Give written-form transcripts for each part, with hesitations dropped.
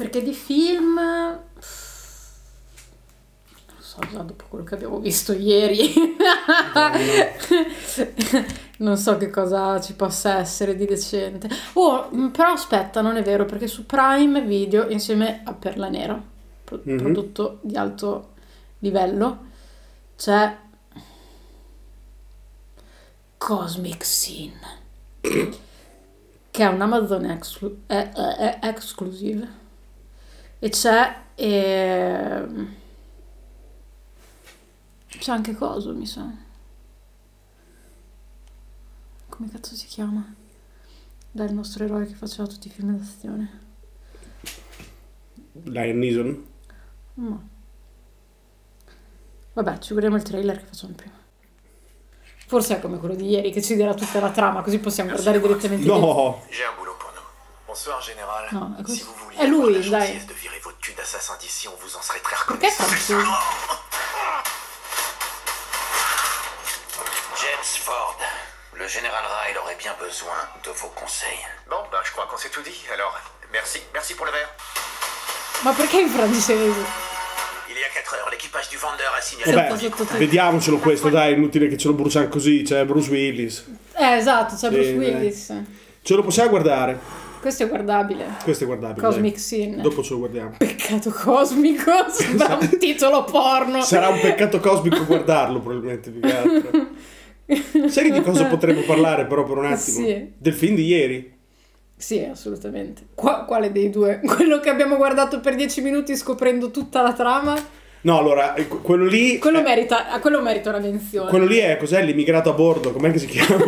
Perché di film... so, già dopo quello che abbiamo visto ieri non so che cosa ci possa essere di decente. Però aspetta, non è vero, perché su Prime Video, insieme a Perla Nera, prodotto di alto livello, c'è Cosmic Sin, che è un Amazon exclusive, e c'è anche coso, mi sa. Come cazzo si chiama? Dai, il nostro eroe che faceva tutti i film d'azione. Liam Neeson? No. Vabbè, ci guardiamo il trailer che facciamo prima. Forse è come quello di ieri che ci dirà tutta la trama, così possiamo guardare direttamente. No! J'ai un boulot pour nous. Bonsoir, général. No, è Si vous vouliez è avoir lui, la dai. gentillesse de virer votre cul d'assassin d'ici, on vous en serait très Perché è reconnaissant. francese? James Ford, le général Ryle aurait bien besoin de vos conseils. Bon, bah je crois qu'on s'est tout dit, alors merci pour le verre. Ma perché in francese? Il y a 4 heures, l'équipage du vendeur a signalé... Vabbè, vediamocelo questo, dai, è inutile che ce lo bruciamo così, c'è Bruce Willis. Esatto, c'è Bruce Sì, Willis. Ce lo possiamo guardare. Questo è guardabile. Questo è guardabile. Cosmic dai. Sin. Dopo ce lo guardiamo. Peccato cosmico, sembra un titolo porno. Sarà un peccato cosmico guardarlo, probabilmente, più che altro. Sai di cosa potremmo parlare però per un attimo? Sì. Del film di ieri. Sì, assolutamente. Quale dei due? Quello che abbiamo guardato per 10 minuti scoprendo tutta la trama? No, allora, quello lì... Quello merita una menzione. Quello lì è, cos'è? L'immigrato a bordo, com'è che si chiama?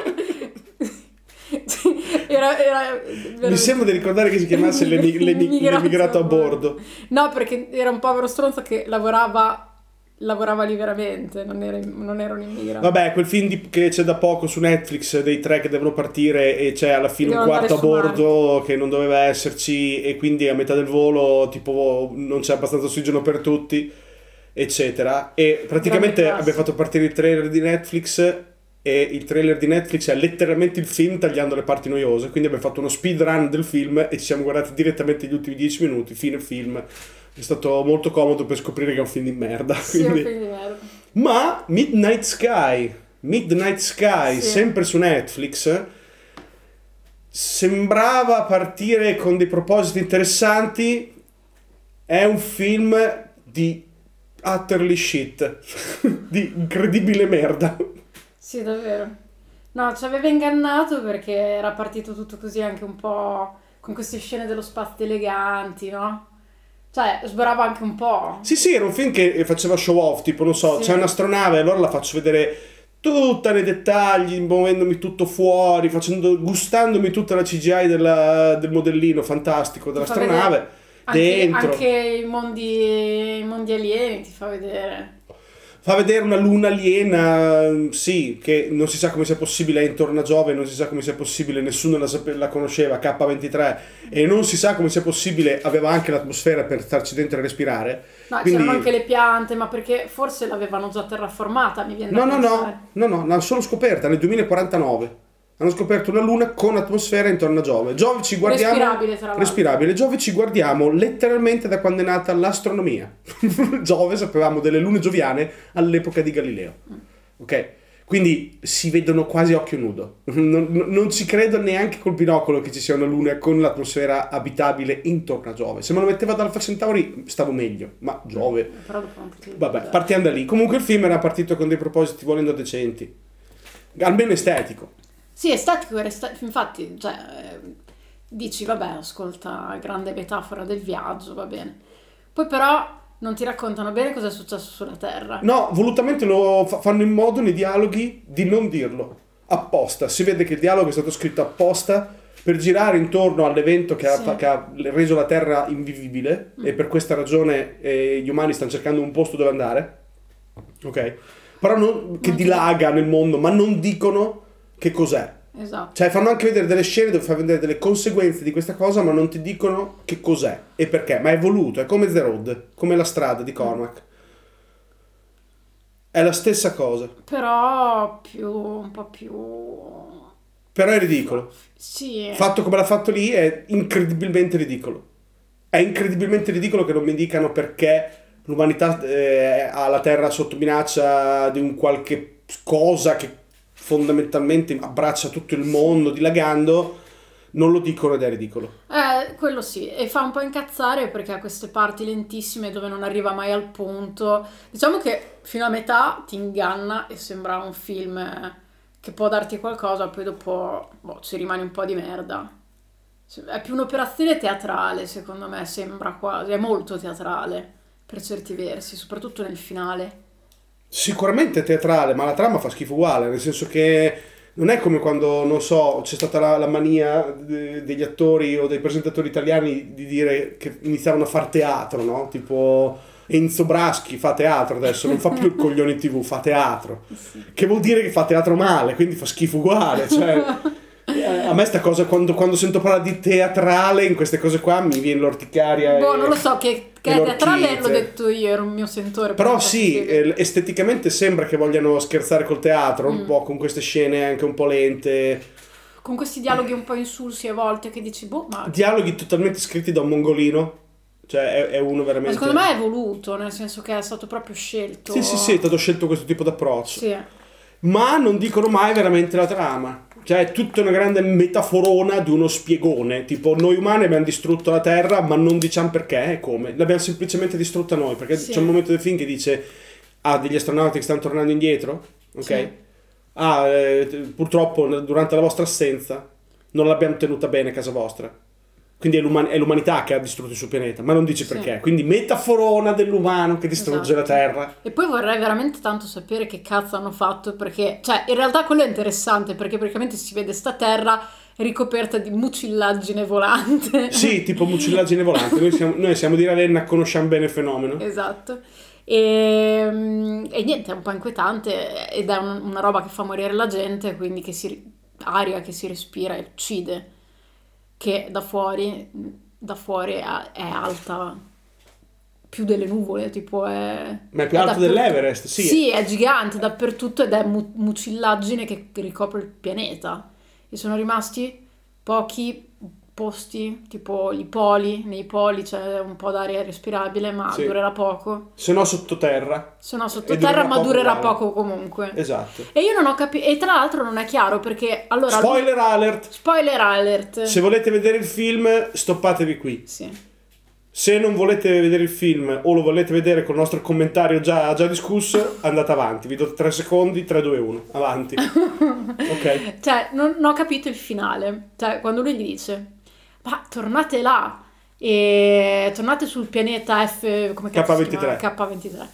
Era Mi sembra di ricordare che si chiamasse l'immigrato a bordo. No, perché era un povero stronzo che lavorava lì veramente, non era un immigrato. Vabbè, quel film che c'è da poco su Netflix dei 3 che devono partire e c'è alla fine Devono un quarto a andare su bordo che non doveva esserci e quindi a metà del volo tipo non c'è abbastanza ossigeno per tutti, eccetera. E praticamente Grande abbiamo fatto partire il trailer di Netflix e il trailer di Netflix è letteralmente il film tagliando le parti noiose, quindi abbiamo fatto uno speedrun del film e ci siamo guardati direttamente gli ultimi 10 minuti, fine film. È stato molto comodo per scoprire che è un film di merda. Sì, Quindi... un film di merda. Ma Midnight Sky, Sì. sempre su Netflix, sembrava partire con dei propositi interessanti. È un film di utterly shit, di incredibile merda. Sì, davvero. No, ci aveva ingannato perché era partito tutto così anche un po' con queste scene dello spazio eleganti, no? Cioè, sborava anche un po'. Sì, era un film che faceva show off, tipo, non so, Sì. c'è un'astronave, allora la faccio vedere tutta nei dettagli, muovendomi tutto fuori, gustandomi tutta la CGI del modellino fantastico dell'astronave, dentro. Anche i mondi alieni ti fa vedere. Fa vedere una luna aliena, sì, che non si sa come sia possibile, è intorno a Giove, non si sa come sia possibile, nessuno la conosceva, K23, e non si sa come sia possibile, aveva anche l'atmosfera per starci dentro e respirare. No, Quindi... c'erano anche le piante, ma perché forse l'avevano già terraformata, mi viene da pensare. No, l'hanno solo scoperta nel 2049. Hanno scoperto una luna con atmosfera intorno a Giove. Giove ci guardiamo... Respirabile, tra l'altro. Respirabile. Giove ci guardiamo letteralmente da quando è nata l'astronomia. Giove, sapevamo delle lune gioviane all'epoca di Galileo. Ok? Quindi si vedono quasi a occhio nudo. Non ci credo neanche col binocolo che ci sia una luna con l'atmosfera abitabile intorno a Giove. Se me lo metteva ad Alpha Centauri stavo meglio, ma Giove... Però dopo non potevi Vabbè, guardare. partiamo da lì. Comunque il film era partito con dei propositi volendo decenti. Almeno estetico. Sì, estetico era infatti, cioè, dici, vabbè, ascolta, grande metafora del viaggio, va bene. Poi però non ti raccontano bene cosa è successo sulla Terra. No, volutamente lo fanno in modo nei dialoghi di non dirlo. Apposta. Si vede che il dialogo è stato scritto apposta per girare intorno all'evento che ha reso la Terra invivibile e per questa ragione gli umani stanno cercando un posto dove andare. Ok? Però che dilaga nel mondo, ma non dicono che cos'è. Esatto. Cioè fanno anche vedere delle scene dove fa vedere delle conseguenze di questa cosa, ma non ti dicono che cos'è e perché. Ma è voluto, è come The Road, come La strada di Cormac. È la stessa cosa. Però un po' più... Però è ridicolo. Sì. Fatto come l'ha fatto lì è incredibilmente ridicolo. È incredibilmente ridicolo che non mi dicano perché l'umanità ha la Terra sotto minaccia di un qualche cosa che fondamentalmente abbraccia tutto il mondo dilagando. Non lo dicono ed è ridicolo. Quello sì, e fa un po' incazzare perché ha queste parti lentissime dove non arriva mai al punto. Diciamo che fino a metà ti inganna e sembra un film che può darti qualcosa, poi dopo ci rimane un po' di merda. È più un'operazione teatrale, secondo me, sembra quasi, è molto teatrale per certi versi, soprattutto nel finale. Sicuramente teatrale, ma la trama fa schifo uguale, nel senso che non è come quando, non so, c'è stata la mania degli attori o dei presentatori italiani di dire che iniziavano a far teatro, no? Tipo Enzo Braschi fa teatro adesso, non fa più il coglione in TV, fa teatro. Sì. Che vuol dire che fa teatro male, quindi fa schifo uguale, cioè... A me sta cosa, quando sento parlare di teatrale in queste cose qua mi viene l'orticaria. Non lo so, che è teatrale l'ho detto io, era un mio sentore. Però sì, esteticamente sembra che vogliano scherzare col teatro, un po' con queste scene anche un po' lente. Con questi dialoghi un po' insulsi a volte che dici, ma... Dialoghi totalmente scritti da un mongolino. Cioè è uno veramente... Ma secondo me è voluto, nel senso che è stato proprio scelto. Sì, è stato scelto questo tipo d'approccio. Sì. Ma non dicono mai veramente la trama. Cioè è tutta una grande metaforona di uno spiegone, tipo noi umani abbiamo distrutto la Terra ma non diciamo perché e come, l'abbiamo semplicemente distrutta noi, perché c'è un momento del film che dice degli astronauti che stanno tornando indietro, ok? Sì. Purtroppo durante la vostra assenza non l'abbiamo tenuta bene a casa vostra, quindi è l'umanità che ha distrutto il suo pianeta, ma non dice perché, quindi metaforona dell'umano che distrugge la Terra. E poi vorrei veramente tanto sapere che cazzo hanno fatto, perché, cioè, in realtà quello è interessante, perché praticamente si vede sta Terra ricoperta di mucillaggine volante. Sì, tipo mucillaggine volante, noi siamo di Ravenna, conosciamo bene il fenomeno. Esatto. E niente, è un po' inquietante ed è una roba che fa morire la gente, quindi aria che si respira e uccide, che da fuori è alta più delle nuvole, tipo è... Ma è più alta dell'Everest, sì. Sì, è gigante dappertutto ed è mucillaggine che ricopre il pianeta. E sono rimasti pochi posti, tipo nei poli c'è un po' d'aria respirabile, ma durerà poco. Se no sottoterra. Ma durerà poco comunque. Esatto. E io non ho capito, e tra l'altro non è chiaro perché allora... Spoiler alert! Se volete vedere il film, stoppatevi qui. Sì. Se non volete vedere il film o lo volete vedere col nostro commentario già discusso, andate avanti. Vi do 3 secondi, 3, 2, 1. Avanti. Ok. Cioè, non ho capito il finale. Cioè, quando lui gli dice, ma tornate là, e tornate sul pianeta K23. K23.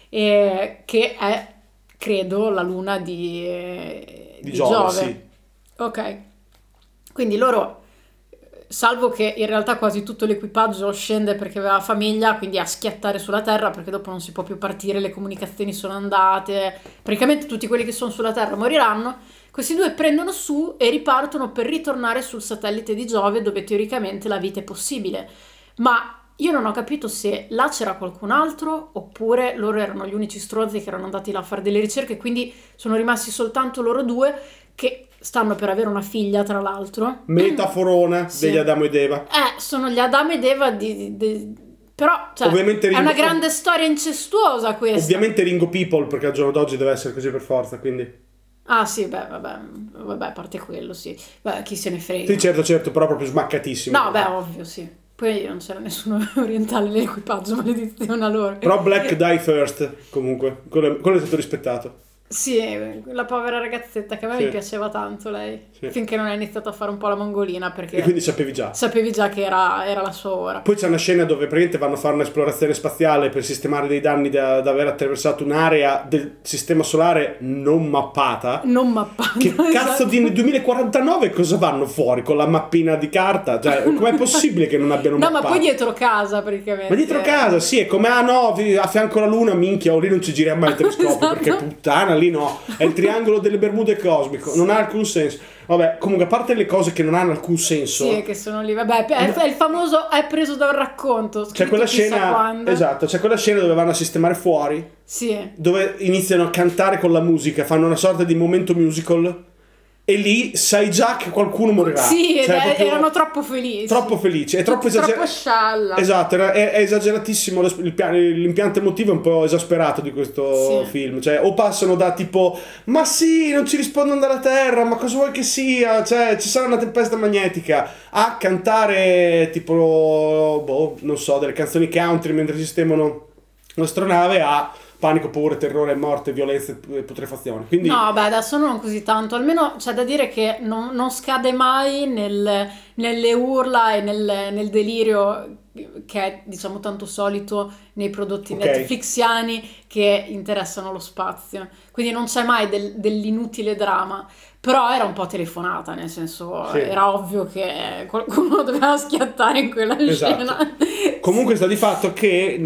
Che è, credo, la luna di Giove. Sì. Ok. Quindi loro... Salvo che in realtà quasi tutto l'equipaggio scende perché aveva famiglia, quindi a schiattare sulla Terra perché dopo non si può più partire, le comunicazioni sono andate, praticamente tutti quelli che sono sulla Terra moriranno. Questi due prendono su e ripartono per ritornare sul satellite di Giove dove teoricamente la vita è possibile. Ma io non ho capito se là c'era qualcun altro oppure loro erano gli unici stronzi che erano andati là a fare delle ricerche, quindi sono rimasti soltanto loro due che... stanno per avere una figlia, tra l'altro. Metaforona degli Adamo ed Eva. Sono gli Adamo ed Eva però, cioè, ovviamente è una grande storia incestuosa questa. Ovviamente Ringo People, perché al giorno d'oggi deve essere così per forza, quindi... Ah sì, vabbè, a parte quello, sì. Beh, chi se ne frega. Sì, certo, però proprio smaccatissimo. No, beh, ovvio, sì. Poi non c'era nessuno orientale nell'equipaggio, maledizione a loro. Però Black die first, comunque. Quello è stato rispettato. Sì, la povera ragazzetta che a me mi piaceva tanto lei, finché non ha iniziato a fare un po' la mongolina, perché... E quindi sapevi già che era la sua ora. Poi c'è una scena dove praticamente vanno a fare un'esplorazione spaziale per sistemare dei danni da aver attraversato un'area del sistema solare non mappata. Che cazzo di 2049 cosa vanno fuori con la mappina di carta? Cioè, com'è possibile che non abbiano mappato? No, ma poi dietro casa praticamente. Ma dietro casa, sì, è come a fianco alla luna, minchia, lì non ci giriamo mai il telescopio, perché puttana, lì no, è il triangolo delle Bermude cosmico, non ha alcun senso. Vabbè, comunque, a parte le cose che non hanno alcun senso, sì, che sono lì, vabbè, è il famoso è preso da un racconto. C'è quella scena, esatto, c'è quella scena dove vanno a sistemare fuori, sì, dove iniziano a cantare con la musica, fanno una sorta di momento musical. e lì sai già che qualcuno morirà. Sì, cioè, proprio erano troppo felici. Troppo felici, è troppo troppo scialla. Esatto, è esageratissimo, l'impianto emotivo è un po' esasperato di questo film, cioè o passano da tipo ma sì, non ci rispondono dalla Terra, ma cosa vuoi che sia, cioè ci sarà una tempesta magnetica, a cantare tipo non so, delle canzoni country mentre sistemano l'astronave, a panico, paura, terrore, morte, violenza e putrefazione. Quindi... No, beh, adesso non così tanto. Almeno c'è da dire che non scade mai nelle urla e nel delirio che è, diciamo, tanto solito nei prodotti netflixiani che interessano lo spazio. Quindi non c'è mai dell'inutile dramma. Però era un po' telefonata, nel senso, era ovvio che qualcuno doveva schiattare in quella scena. Comunque sta di fatto che...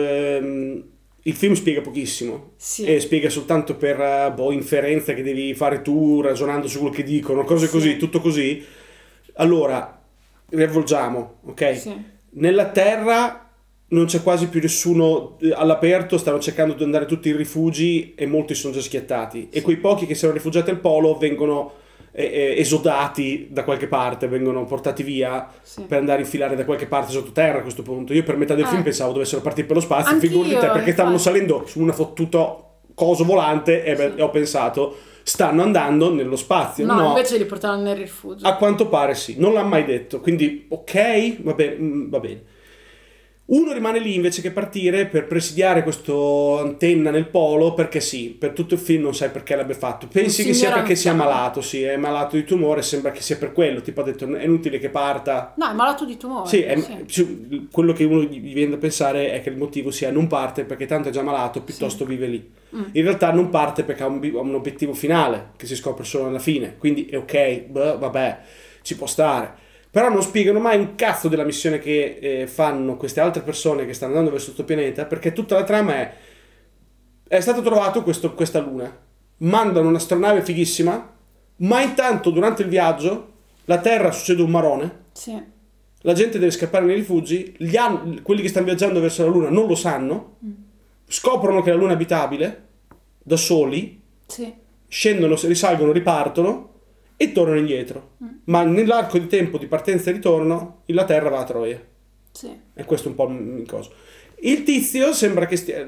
il film spiega pochissimo e spiega soltanto per inferenze che devi fare tu ragionando su quello che dicono, cose così, tutto così. Allora, riavvolgiamo, ok? Sì. Nella Terra non c'è quasi più nessuno all'aperto, stanno cercando di andare tutti in rifugi e molti sono già schiattati e quei pochi che si erano rifugiati al polo vengono esodati da qualche parte, vengono portati via per andare a infilare da qualche parte sottoterra. A questo punto io per metà del film pensavo dovessero partire per lo spazio, figurati te, perché stavano salendo su una fottuta coso volante e ho pensato stanno andando nello spazio. No, invece li portavano nel rifugio. A quanto pare sì, non l'ha mai detto, quindi ok, va bene. Uno rimane lì invece che partire per presidiare questa antenna nel polo, perché sì, per tutto il film non sai perché l'abbia fatto. Pensi che sia perché sia malato, è malato di tumore, sembra che sia per quello, tipo ha detto è inutile che parta. No, è malato di tumore. Sì. Quello che uno gli viene da pensare è che il motivo sia non parte perché tanto è già malato, piuttosto vive lì. In realtà non parte perché ha un obiettivo finale, che si scopre solo alla fine, quindi è ok, vabbè, ci può stare. Però non spiegano mai un cazzo della missione che fanno queste altre persone che stanno andando verso il pianeta, perché tutta la trama è stato trovato questa luna, mandano un'astronave fighissima, ma intanto durante il viaggio la Terra succede un marone, la gente deve scappare nei rifugi, quelli che stanno viaggiando verso la luna non lo sanno, scoprono che la luna è abitabile da soli, scendono, risalgono, ripartono e tornano indietro, ma nell'arco di tempo di partenza e ritorno la Terra va a Troia. E questo è un po' il coso. Il tizio sembra che stia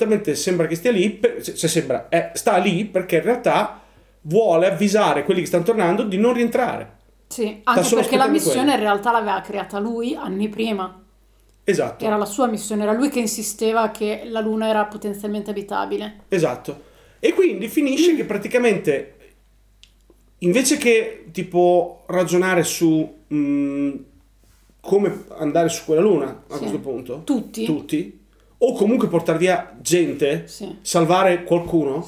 lì, sta lì perché in realtà vuole avvisare quelli che stanno tornando di non rientrare. Sì, anche perché la missione in realtà l'aveva creata lui anni prima. Esatto. Era la sua missione, era lui che insisteva che la Luna era potenzialmente abitabile. Esatto. E quindi finisce che praticamente invece che tipo ragionare su come andare su quella luna a questo punto, tutti, o comunque portare via gente, salvare qualcuno,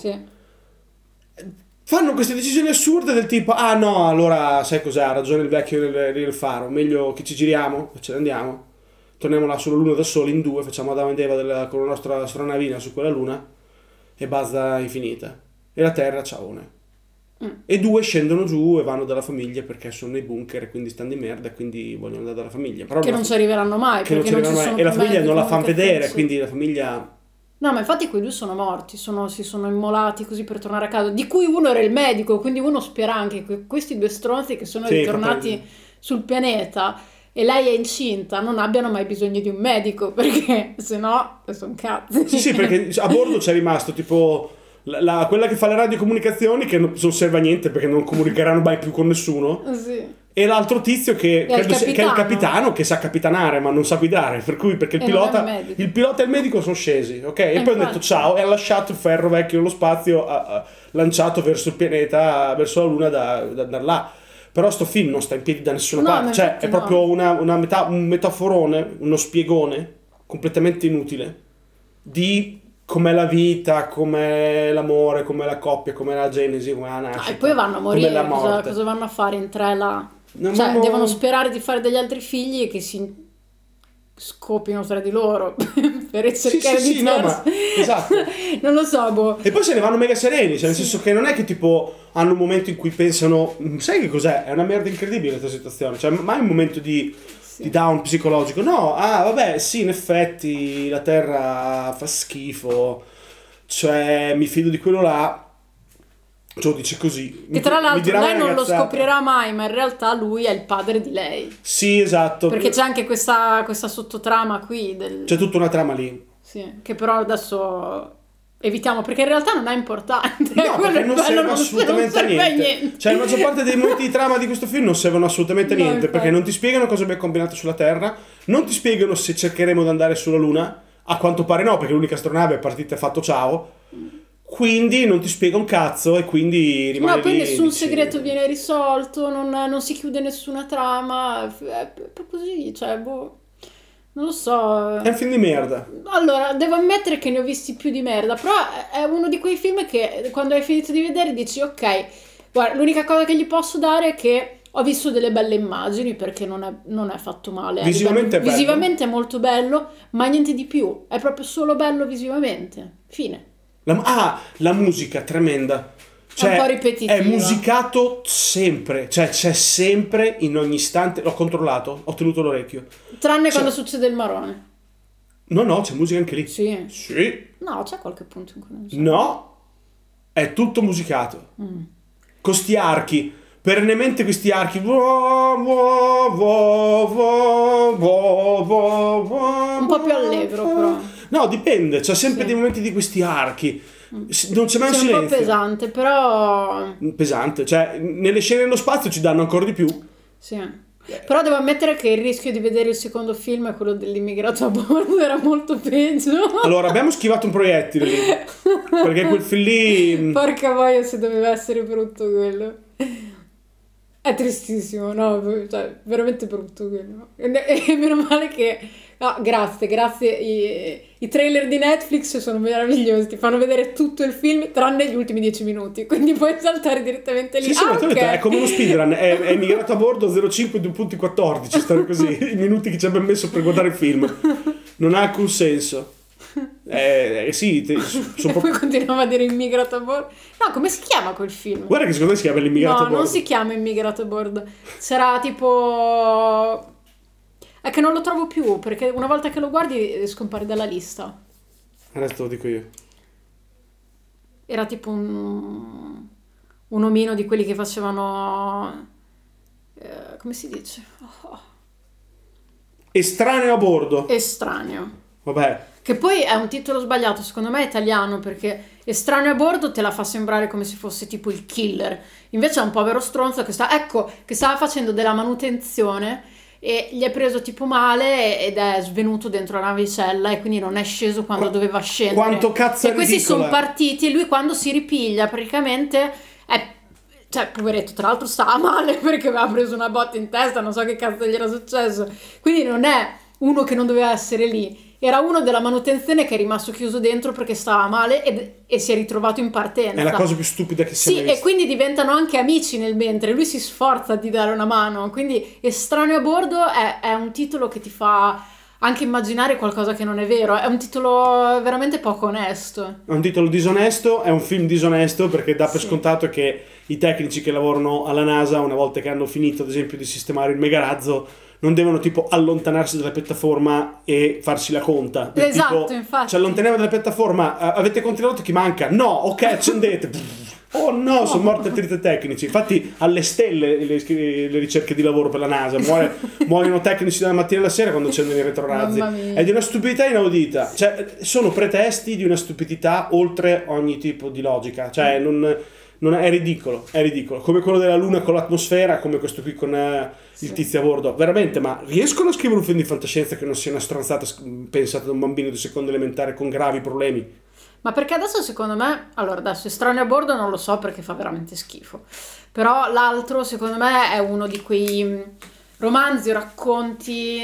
fanno queste decisioni assurde del tipo ah no, allora sai cos'è, ha ragione il vecchio del faro, meglio che ci giriamo e ce ne andiamo, torniamo là sulla luna da soli in due, facciamo Adamo ed Eva con la nostra astronavina su quella luna e basta infinita, e la Terra ciaone. E due scendono giù e vanno dalla famiglia perché sono nei bunker e quindi stanno di merda e quindi vogliono andare dalla famiglia. Però che non ci arriveranno mai, perché non ci sono e la famiglia non la fanno vedere, quindi la famiglia... No, ma infatti quei due sono morti, si sono immolati così per tornare a casa, di cui uno era il medico, quindi uno spera anche che questi due stronzi che sono ritornati sul pianeta e lei è incinta non abbiano mai bisogno di un medico, perché sennò sono cazzi. Sì, perché a bordo c'è rimasto tipo... quella che fa le radiocomunicazioni che non serve a niente perché non comunicheranno mai più con nessuno, e l'altro tizio che credo che è il capitano, che sa capitanare ma non sa guidare, per cui perché il pilota e il medico sono scesi, ok, e poi hanno detto ciao e ha lasciato il ferro vecchio nello spazio, ha lanciato verso il pianeta, verso la luna da andare là. Però sto film non sta in piedi da nessuna parte, cioè è proprio un metaforone, uno spiegone completamente inutile di com'è la vita, com'è l'amore, com'è la coppia, com'è la genesi, com'è la nascita. E poi vanno a morire, cosa vanno a fare in tre là? Devono sperare di fare degli altri figli e che si scopino tra di loro per cercare di esatto. Non lo so, E poi se ne vanno mega sereni, cioè nel senso che non è che tipo hanno un momento in cui pensano sai che cos'è? È una merda incredibile questa situazione, cioè mai un momento di down psicologico, no, vabbè sì, in effetti la Terra fa schifo, cioè mi fido di quello là, Joe dice così. Che tra l'altro dirà lei una non lo cazzata. scoprirà mai, ma in realtà lui è il padre di lei. Sì, esatto. Perché c'è anche questa sottotrama qui C'è tutta una trama lì. Sì, che però adesso evitiamo, perché in realtà non è importante. No, perché non serve assolutamente a niente. Cioè, la maggior parte dei momenti di trama di questo film non servono assolutamente a No, niente, infatti. perché non ti spiegano cosa abbiamo combinato sulla Terra, non ti spiegano se cercheremo di andare sulla Luna, a quanto pare no, perché l'unica astronave è partita e fatto ciao, quindi non ti spiega un cazzo e quindi rimane No, poi lì, nessun dici- segreto viene risolto, non si chiude nessuna trama, è proprio così, cioè, boh, non lo so. È un film di merda. Allora, devo ammettere che ne ho visti più di merda, però è uno di quei film che quando hai finito di vedere dici ok, guarda, l'unica cosa che gli posso dare è che ho visto delle belle immagini, perché non è fatto male. Visivamente è bello. Visivamente è molto bello, ma niente di più, è proprio solo bello visivamente, fine. La musica tremenda. Cioè, un po' ripetitiva. è musicato sempre, cioè c'è sempre in ogni istante. L'ho controllato, ho tenuto l'orecchio. Tranne quando succede il marone. No, c'è musica anche lì. Sì. Sì. No, c'è qualche punto in cui non c'è. No, è tutto musicato. Con sti archi, perennemente questi archi. Un po' più allegro, però. No, dipende, c'è sempre dei momenti di questi archi. Non c'è mai un Sì, è un silenzio. po' pesante, però. Pesante, cioè nelle scene nello spazio ci danno ancora di più. Sì. Però devo ammettere che il rischio di vedere il secondo film è quello dell'immigrato a bordo, era molto peggio. Allora, abbiamo schivato un proiettile lì. Perché quel film lì. Porca voglia, se doveva essere brutto quello. È tristissimo, no? Cioè, veramente brutto quello. E meno male che. No, grazie. I trailer di Netflix sono meravigliosi, ti fanno vedere tutto il film tranne gli ultimi 10 minuti, quindi puoi saltare direttamente lì. Sì, ma ok. è come uno speedrun, è immigrato a bordo 05 2.14, stare così, i minuti che ci abbiamo messo per guardare il film. Non ha alcun senso. Sì, E poi continuava a dire immigrato a bordo. No, come si chiama quel film? Guarda che secondo me si chiama l'immigrato a No, bordo. non si chiama immigrato a bordo. Sarà tipo. È che non lo trovo più, perché una volta che lo guardi scompare dalla lista. Adesso te lo dico io. Era tipo un omino di quelli che facevano. Come si dice? Estraneo a bordo. Estraneo. Vabbè. Che poi è un titolo sbagliato, secondo me è italiano, perché Estraneo a bordo te la fa sembrare come se fosse tipo il killer. Invece è un povero stronzo che stava facendo della manutenzione e gli è preso tipo male ed è svenuto dentro la navicella e quindi non è sceso quando doveva scendere. Quanto cazzo è E questi ridicola. sono partiti e lui quando si ripiglia praticamente cioè, poveretto, tra l'altro stava male perché aveva preso una botta in testa, non so che cazzo gli era successo. Quindi non è uno che non doveva essere lì. Era uno della manutenzione che è rimasto chiuso dentro perché stava male e si è ritrovato in partenza. È la cosa più stupida che sia Sì, mai vista. e quindi diventano anche amici nel mentre. Lui si sforza di dare una mano. Quindi Estraneo a bordo è un titolo che ti fa anche immaginare qualcosa che non è vero. È un titolo veramente poco onesto. È un titolo disonesto, è un film disonesto perché dà per Sì. scontato che i tecnici che lavorano alla NASA, una volta che hanno finito ad esempio di sistemare il megarazzo, non devono tipo allontanarsi dalla piattaforma e farsi la conta. Del Esatto, tipo, infatti. ci allontaniamo dalla piattaforma, avete controllato chi manca? No, ok, accendete. Oh no, sono morti attriti tecnici. Infatti alle stelle le ricerche di lavoro per la NASA, muoiono tecnici dalla mattina alla sera quando accendono i retrorazzi. Mamma mia. È di una stupidità inaudita. Cioè, sono pretesti di una stupidità oltre ogni tipo di logica. Cioè, è ridicolo, come quello della Luna con l'atmosfera, come questo qui con il tizio a bordo. Veramente, ma riescono a scrivere un film di fantascienza che non sia una stronzata pensata da un bambino di seconda elementare con gravi problemi? Ma perché adesso secondo me, allora adesso Estraneo a bordo non lo so perché fa veramente schifo, però l'altro secondo me è uno di quei romanzi o racconti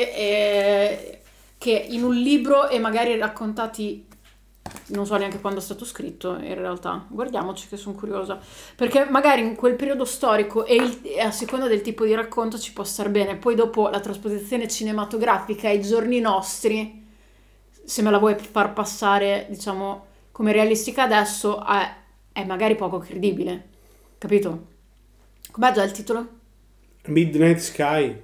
che in un libro e magari raccontati, non so neanche quando è stato scritto in realtà, guardiamoci che sono curiosa, perché magari in quel periodo storico e a seconda del tipo di racconto ci può star bene, poi dopo la trasposizione cinematografica ai giorni nostri, se me la vuoi far passare diciamo come realistica adesso è magari poco credibile, capito? Com'è già il titolo? Midnight Sky.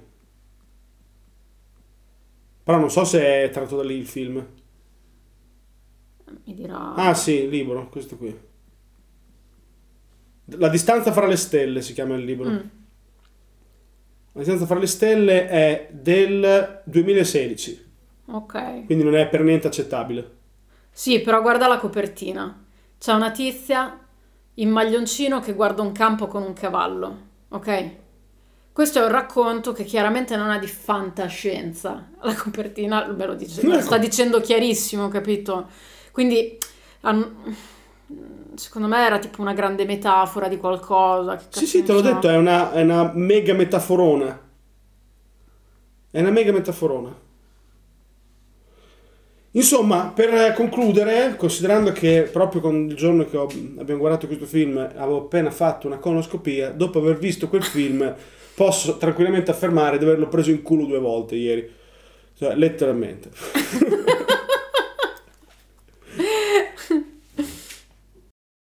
Però non so se è tratto da lì il film. Mi dirà. Ah sì, il libro, questo qui. La distanza fra le stelle si chiama il libro. La distanza fra le stelle è del 2016. Ok. Quindi non è per niente accettabile. Sì, però guarda la copertina. C'è una tizia in maglioncino che guarda un campo con un cavallo, ok? Questo è un racconto che chiaramente non è di fantascienza. La copertina me lo dice, me lo sta dicendo chiarissimo, capito? Quindi secondo me era tipo una grande metafora di qualcosa. Sì, te l'ho detto, è una mega metaforona. È una mega metaforona. Insomma, per concludere, considerando che proprio con il giorno che abbiamo guardato questo film avevo appena fatto una colonoscopia, dopo aver visto quel film posso tranquillamente affermare di averlo preso in culo 2 volte ieri. Cioè, letteralmente.